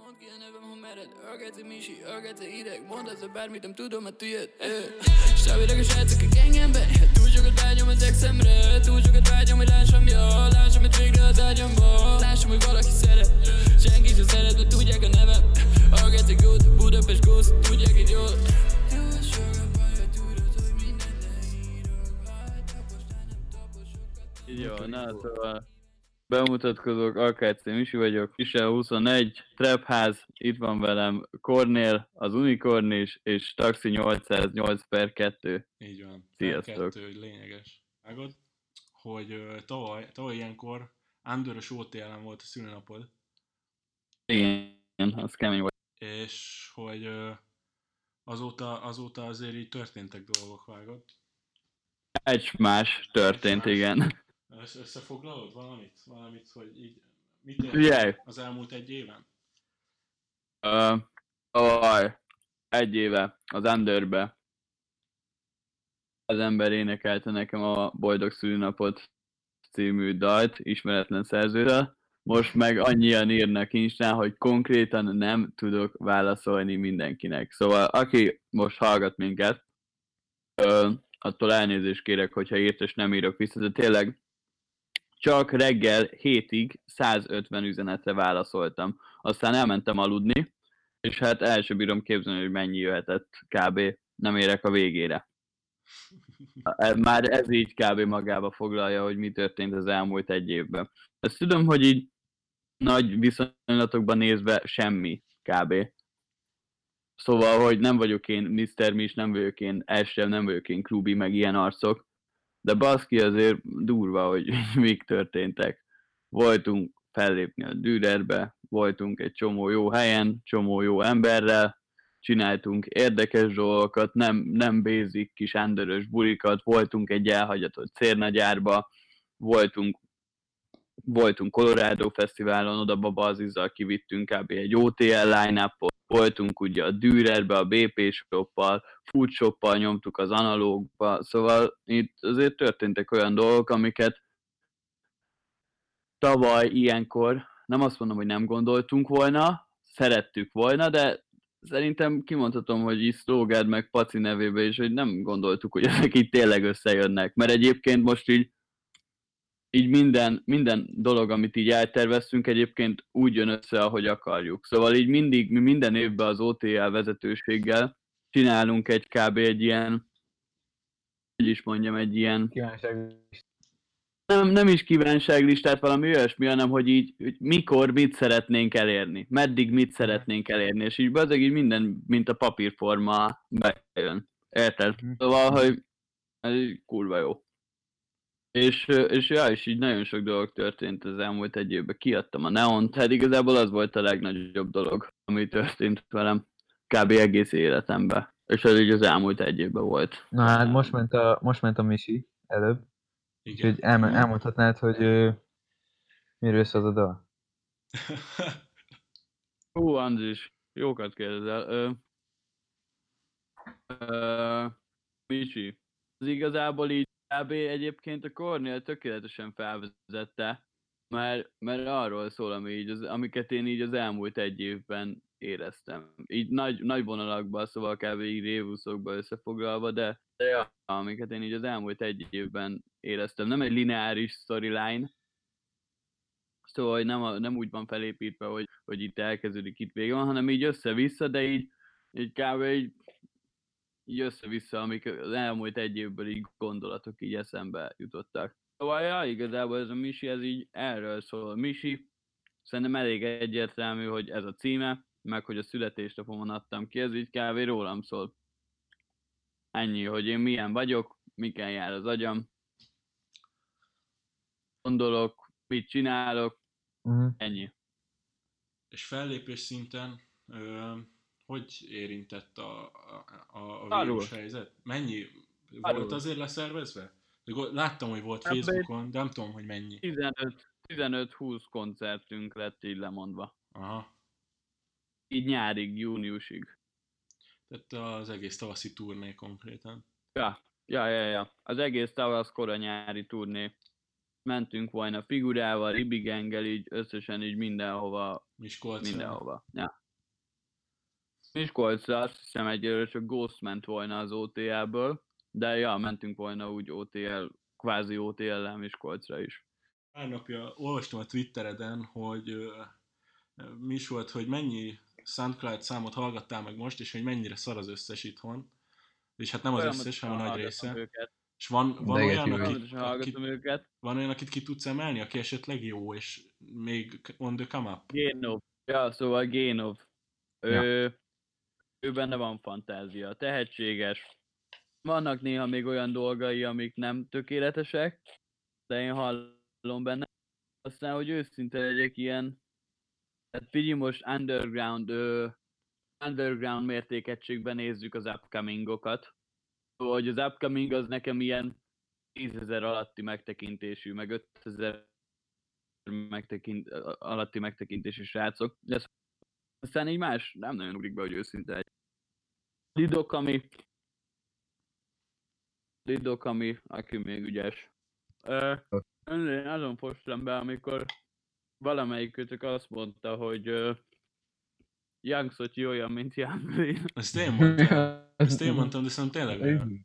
Mondd ki a nevem, ha mered. Örgeti Misi, örgeti ideg. Mondd ezzel bármit, nem tudom, mert tiéd. Stávileg a srácok a gengembe. Túl sokat vágyom az exemre. Túl sokat vágyom, hogy lássam jól. Lássam, hogy végre az ágyamból. Lássam, hogy valaki szeret. Senki sem szeret, mert tudják a nevem. Örgeti Good, Budapest Ghost. Tudják itt jól. Túl sokat baj, hogy tudod, hogy mindent leírok. Tapos, de nem tapos sokat. Jó, na szóval bemutatkozok, AKC Misi vagyok, Kisel 21, Trapház, itt van velem Kornél, az Unicorn is, és Taxi 808/2. Így van. Sziasztok. Kettő lényeges. Vágod, hogy tavaly ilyenkor Andörös OTL-en volt a szülinapod, Igen, az kemény volt. és hogy azóta azért így történtek dolgok, vágod. Más történt, igen. Összefoglalod valamit, hogy így mit Figyelj! érted az elmúlt egy éven? Egy éve az Underbe az ember énekelte nekem a Boldog Szülinapot című dalt, ismeretlen szerzőről. Most meg annyian írnak Instán, hogy konkrétan nem tudok válaszolni mindenkinek. Szóval aki most hallgat minket, attól elnézést kérek, hogyha írt és nem írok vissza, de tényleg csak reggel 7-ig 150 üzenetre válaszoltam. Aztán elmentem aludni, és hát el sem bírom képzelni, hogy mennyi jöhetett kb. Nem érek a végére. Már ez így kb. Magába foglalja, hogy mi történt az elmúlt egy évben. Ezt tudom, hogy így nagy viszonylatokban nézve semmi kb. Szóval, hogy nem vagyok én Mr. Mis, nem vagyok én Esem, nem vagyok én Klubi, meg ilyen arcok. De baszki azért durva, hogy mik történtek. Voltunk fellépni a Dürerbe, voltunk egy csomó jó helyen, csomó jó emberrel, csináltunk érdekes dolgokat, nem basic kis andörös bulikat, voltunk egy elhagyatott cérnagyárba, voltunk Colorado Fesztiválon, oda Baba Azizzal kivittünk kb. Egy OTL line-upot, voltunk ugye a Dürerbe, a BP shoppal, Food shoppal nyomtuk az analógba, szóval itt azért történtek olyan dolgok, amiket tavaly ilyenkor, nem azt mondom, hogy nem gondoltunk volna, szerettük volna, de szerintem kimondhatom, hogy így Slogard meg Paci nevébe is, hogy nem gondoltuk, hogy ezek így tényleg összejönnek, mert egyébként most így minden dolog, amit így elterveztünk, egyébként úgy jön össze, ahogy akarjuk. Szóval így mi minden évben az OTL vezetőséggel csinálunk egy kb. Egy ilyen, hogy is mondjam, egy ilyen... Nem is kívánságlistát, valami olyasmi, hanem hogy így hogy mikor mit szeretnénk elérni, meddig mit szeretnénk elérni, és így bezzeg így minden, mint a papírforma bejön. Érted? Szóval, hogy ez így kurva jó. És így nagyon sok dolog történt az elmúlt egy évben. Kiadtam a Neont, hát igazából az volt a legnagyobb dolog, ami történt velem kb. Egész életemben. És ez így az elmúlt egy évben volt. Na hát most ment a Misi előbb. Igen. Úgyhogy elmondhatnád, hogy miről szól a dal? Andris, jókat kérdezel. Misi, az igazából így kb. Egyébként a Kornél tökéletesen felvezette, mert arról szól, amiket én így az elmúlt egy évben éreztem. Így nagy vonalakban, szóval kb. Így révuszokban összefoglalva, de ja, amiket én így az elmúlt egy évben éreztem. Nem egy lineáris storyline, szóval hogy nem úgy van felépítve, hogy itt elkezdődik, itt vége van, hanem így össze-vissza, de így kb. Így össze-vissza, amik az elmúlt egy évből így gondolatok így eszembe jutottak. Szóval ja, igazából ez a Misi, ez így erről szól. Misi, szerintem elég egyértelmű, hogy ez a címe, meg hogy a születésnapomon adtam ki, ez így kb. Rólam szól. Ennyi, hogy én milyen vagyok, miken jár az agyam, gondolok, mit csinálok, ennyi. És fellépés szinten hogy érintett a vírus helyzet? Mennyi volt azért leszervezve? Láttam, hogy volt Facebookon, de nem tudom, hogy mennyi. 15-20 koncertünk lett így lemondva. Aha. Így nyárig, júniusig. Tehát az egész tavaszi turné konkrétan. Ja. Az egész tavasz kora nyári turné. mentünk volna Figurával, Ribigengel, így összesen így mindenhova. Miskolcra. Ja. Miskolcra azt hiszem egyelőre csak Ghost ment volna az OTL-ből, de ja, mentünk volna úgy OTL, kvázi OTL-lel Miskolcra is. Pár napja olvastam a Twittereden, hogy mi is volt, hogy mennyi SoundCloud számot hallgattál meg most, és hogy mennyire szar az összes itthon. És hát nem az összes, hanem a nagy része. Őket. És van olyan, akit ki tudsz emelni, aki esetleg jó, és még on the come up? Génov. Ja, szóval Génov. Ő benne van fantázia, tehetséges. Vannak néha még olyan dolgai, amik nem tökéletesek, de én hallom benne. Aztán, hogy őszinte legyek ilyen, tehát figyelj most underground mértékegységben nézzük az upcomingokat. Szóval, hogy az upcoming az nekem ilyen 10.000 alatti megtekintésű, meg 5.000 alatti megtekintésű srácok. De aztán így más nem nagyon ugrik be, hogy őszinte egy. Lidokami, aki még ügyes. Én azon fostam be, amikor valamelyikőtök azt mondta, hogy Young Szotyi olyan, mint Young Lin. Ezt én mondtam, de szerintem tényleg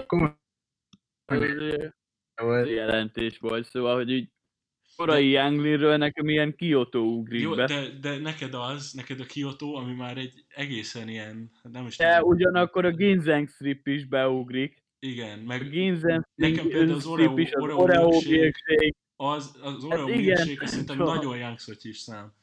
olyan. Ez jelentés volt, szóval, hogy így korai Young Linről nekem ilyen Kyoto ugrik jó, be. De neked a Kyoto, ami már egy egészen ilyen, nem is tudom. De ugyanakkor a Ginzeng strip is beugrik. Igen, meg a Ginzeng nekem például az Oreo milkshake, az Oreo milkshake, szerintem nagyon Young Szotyi is szám.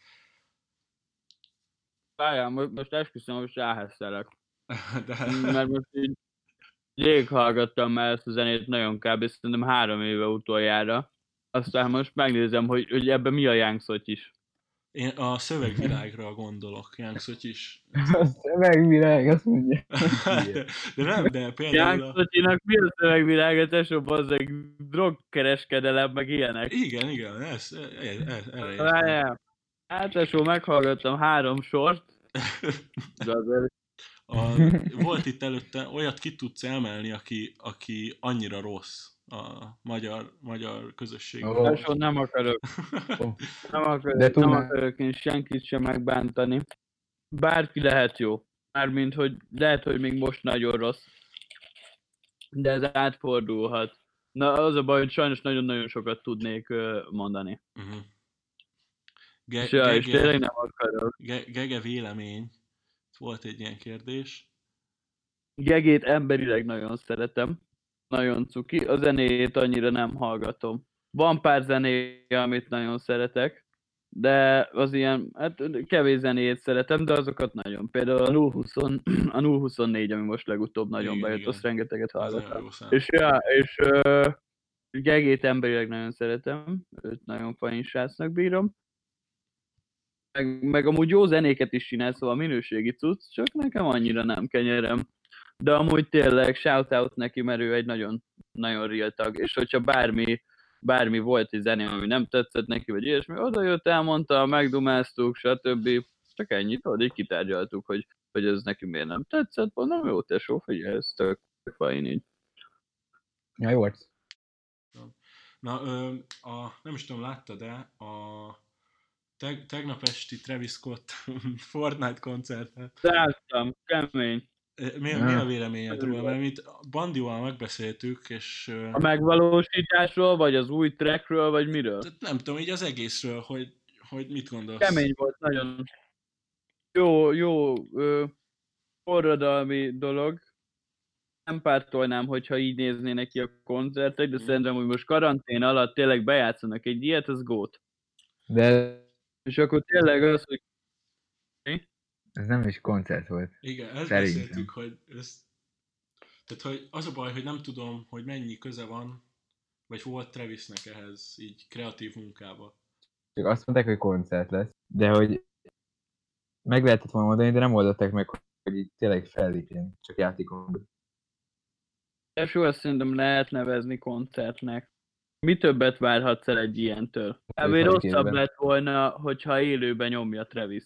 Várjál, most esküszöm, most ráhesszelek. Mert most így végighallgattam már ezt a zenét nagyon kb. Szerintem 3 éve utoljára. Aztán most megnézem, hogy ebben mi a Young Szotyi is. Én a szövegvilágra gondolok, Young Szotyi is. A szövegvilág, azt mondja. de nem, de például... Young Szotyinak mi a szövegvilága, tesó, bazzeg, drogkereskedelem, meg ilyenek. Igen, erre értem. Hát tesó, meghallgattam 3 sort. De azért... Volt itt előtte, olyat ki tudsz emelni, aki annyira rossz a magyar közösségben. Tesó, nem akarok. Nem akarok én senkit sem megbántani. Bárki lehet jó. Mármint, hogy lehet, hogy még most nagyon rossz. De ez átfordulhat. Na, az a baj, hogy sajnos nagyon-nagyon sokat tudnék mondani. Uh-huh. És tényleg nem akarok. Gege vélemény. Volt egy ilyen kérdés. Gegét emberileg nagyon szeretem. Nagyon cuki. A zenéjét annyira nem hallgatom. Van pár zenéje, amit nagyon szeretek, de az ilyen, hát kevés zenéjét szeretem, de azokat nagyon. Például a 024, ami most legutóbb nagyon igen, bejött, azt rengeteget hallgattam. És Gegét emberileg nagyon szeretem, őt nagyon funny srácnak bírom. Meg amúgy jó zenéket is csinál, szóval minőségi cucc, csak nekem annyira nem kenyerem. De amúgy tényleg shoutout neki, mert ő egy nagyon, nagyon real tag, és hogyha bármi volt egy zené, ami nem tetszett neki, vagy ilyesmi, oda jött, elmondta, megdumáztuk, stb. Csak ennyit, így kitárgyaltuk, hogy ez neki miért nem tetszett, mondom, jó tesó, figyelj, ez tök fajn így. Ja, jó volt. Na, nem is tudom, láttad-e a tegnap esti Travis Scott Fortnite koncertet? Láttam, kemény. Mi a véleményed róla? Mert mit Bandival megbeszéltük, és... A megvalósításról, vagy az új trackről, vagy miről? Nem tudom, így az egészről, hogy mit gondolsz? Kemény volt, nagyon jó forradalmi dolog. Nem pártolnám, hogyha így néznének ki a koncertek, de szerintem, hogy most karantén alatt tényleg bejátszanak egy ilyet, az gót. De... És akkor tényleg az, hogy... Ez nem is koncert volt. Igen, ezt beszéltük, hogy tehát, hogy az a baj, hogy nem tudom, hogy mennyi köze van, vagy volt Travisnek ehhez így kreatív munkába. Csak azt mondták, hogy koncert lesz, de hogy meg lehetett volna mondani, de nem oldották meg, hogy így tényleg fellépjen, csak játékon. És azt szerintem lehet nevezni koncertnek. Mi többet várhatsz el egy ilyentől? Ebből rosszabb lett volna, hogyha élőben nyomja Travis.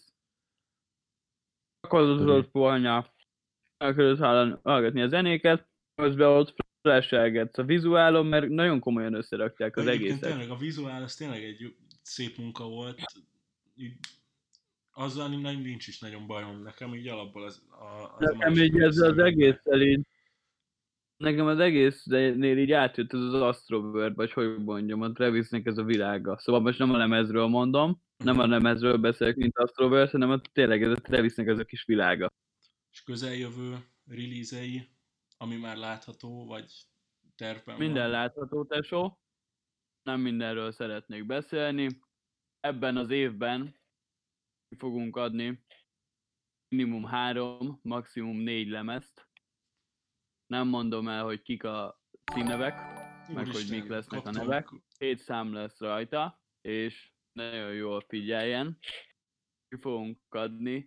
Akkor tudott volna hallgatni a zenéket, közben ott leselgetsz a vizuálon, mert nagyon komolyan összerakták az Egyébként egészet. tényleg a vizuál, az tényleg egy szép munka volt. Így, azzal nincs is nagyon bajom. Nekem így alapból az nekem így ezzel az egésszel így, nekem az egésznél így átjött ez az Astroworld, vagy hogy mondjam, a Travisnek ez a világa. Szóval most nem a lemezről mondom, nem a lemezről beszélek, mint Astroworld, hanem tényleg ez a Travisnek ez a kis világa. És közeljövő release-ei, ami már látható, vagy tervben minden van? látható, tesó. Nem mindenről szeretnék beszélni. Ebben az évben fogunk adni minimum 3, maximum 4 lemezt. Nem mondom el, hogy kik a színevek, meg hogy mik lesznek a nevek. 7 szám lesz rajta, és nagyon jól figyeljen. Ki fogunk adni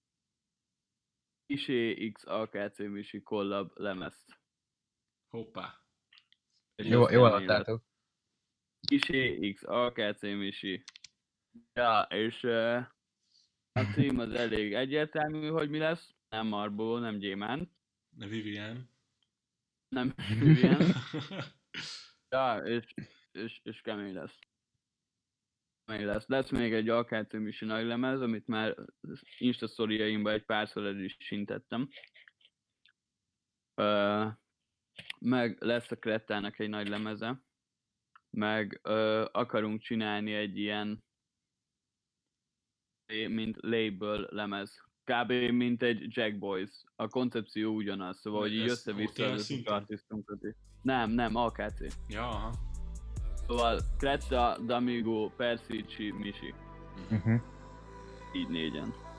Kisé X AKC Misi collab lemezt. Hoppá. Jó adtátok. Kisé X AKC Misi. Ja, és a cím az elég egyértelmű, hogy mi lesz. Nem Marlboro, nem gyémánt. Vivian. Nem Vivian. Ja, és kemény lesz. Lesz még egy AKC Misi nagy lemez, amit már Insta sztoriaimban egy párszor el is sintettem. Meg lesz a Krettának egy nagy lemeze. Meg akarunk csinálni egy ilyen mint label lemez. Kb. Mint egy Jack Boys. A koncepció ugyanaz, szóval hogy így össze-vissza az artistunkat. Nem, AKC. Ja, aha. Szóval Kretta, Damigo, Persici, Misi. Így 4-en.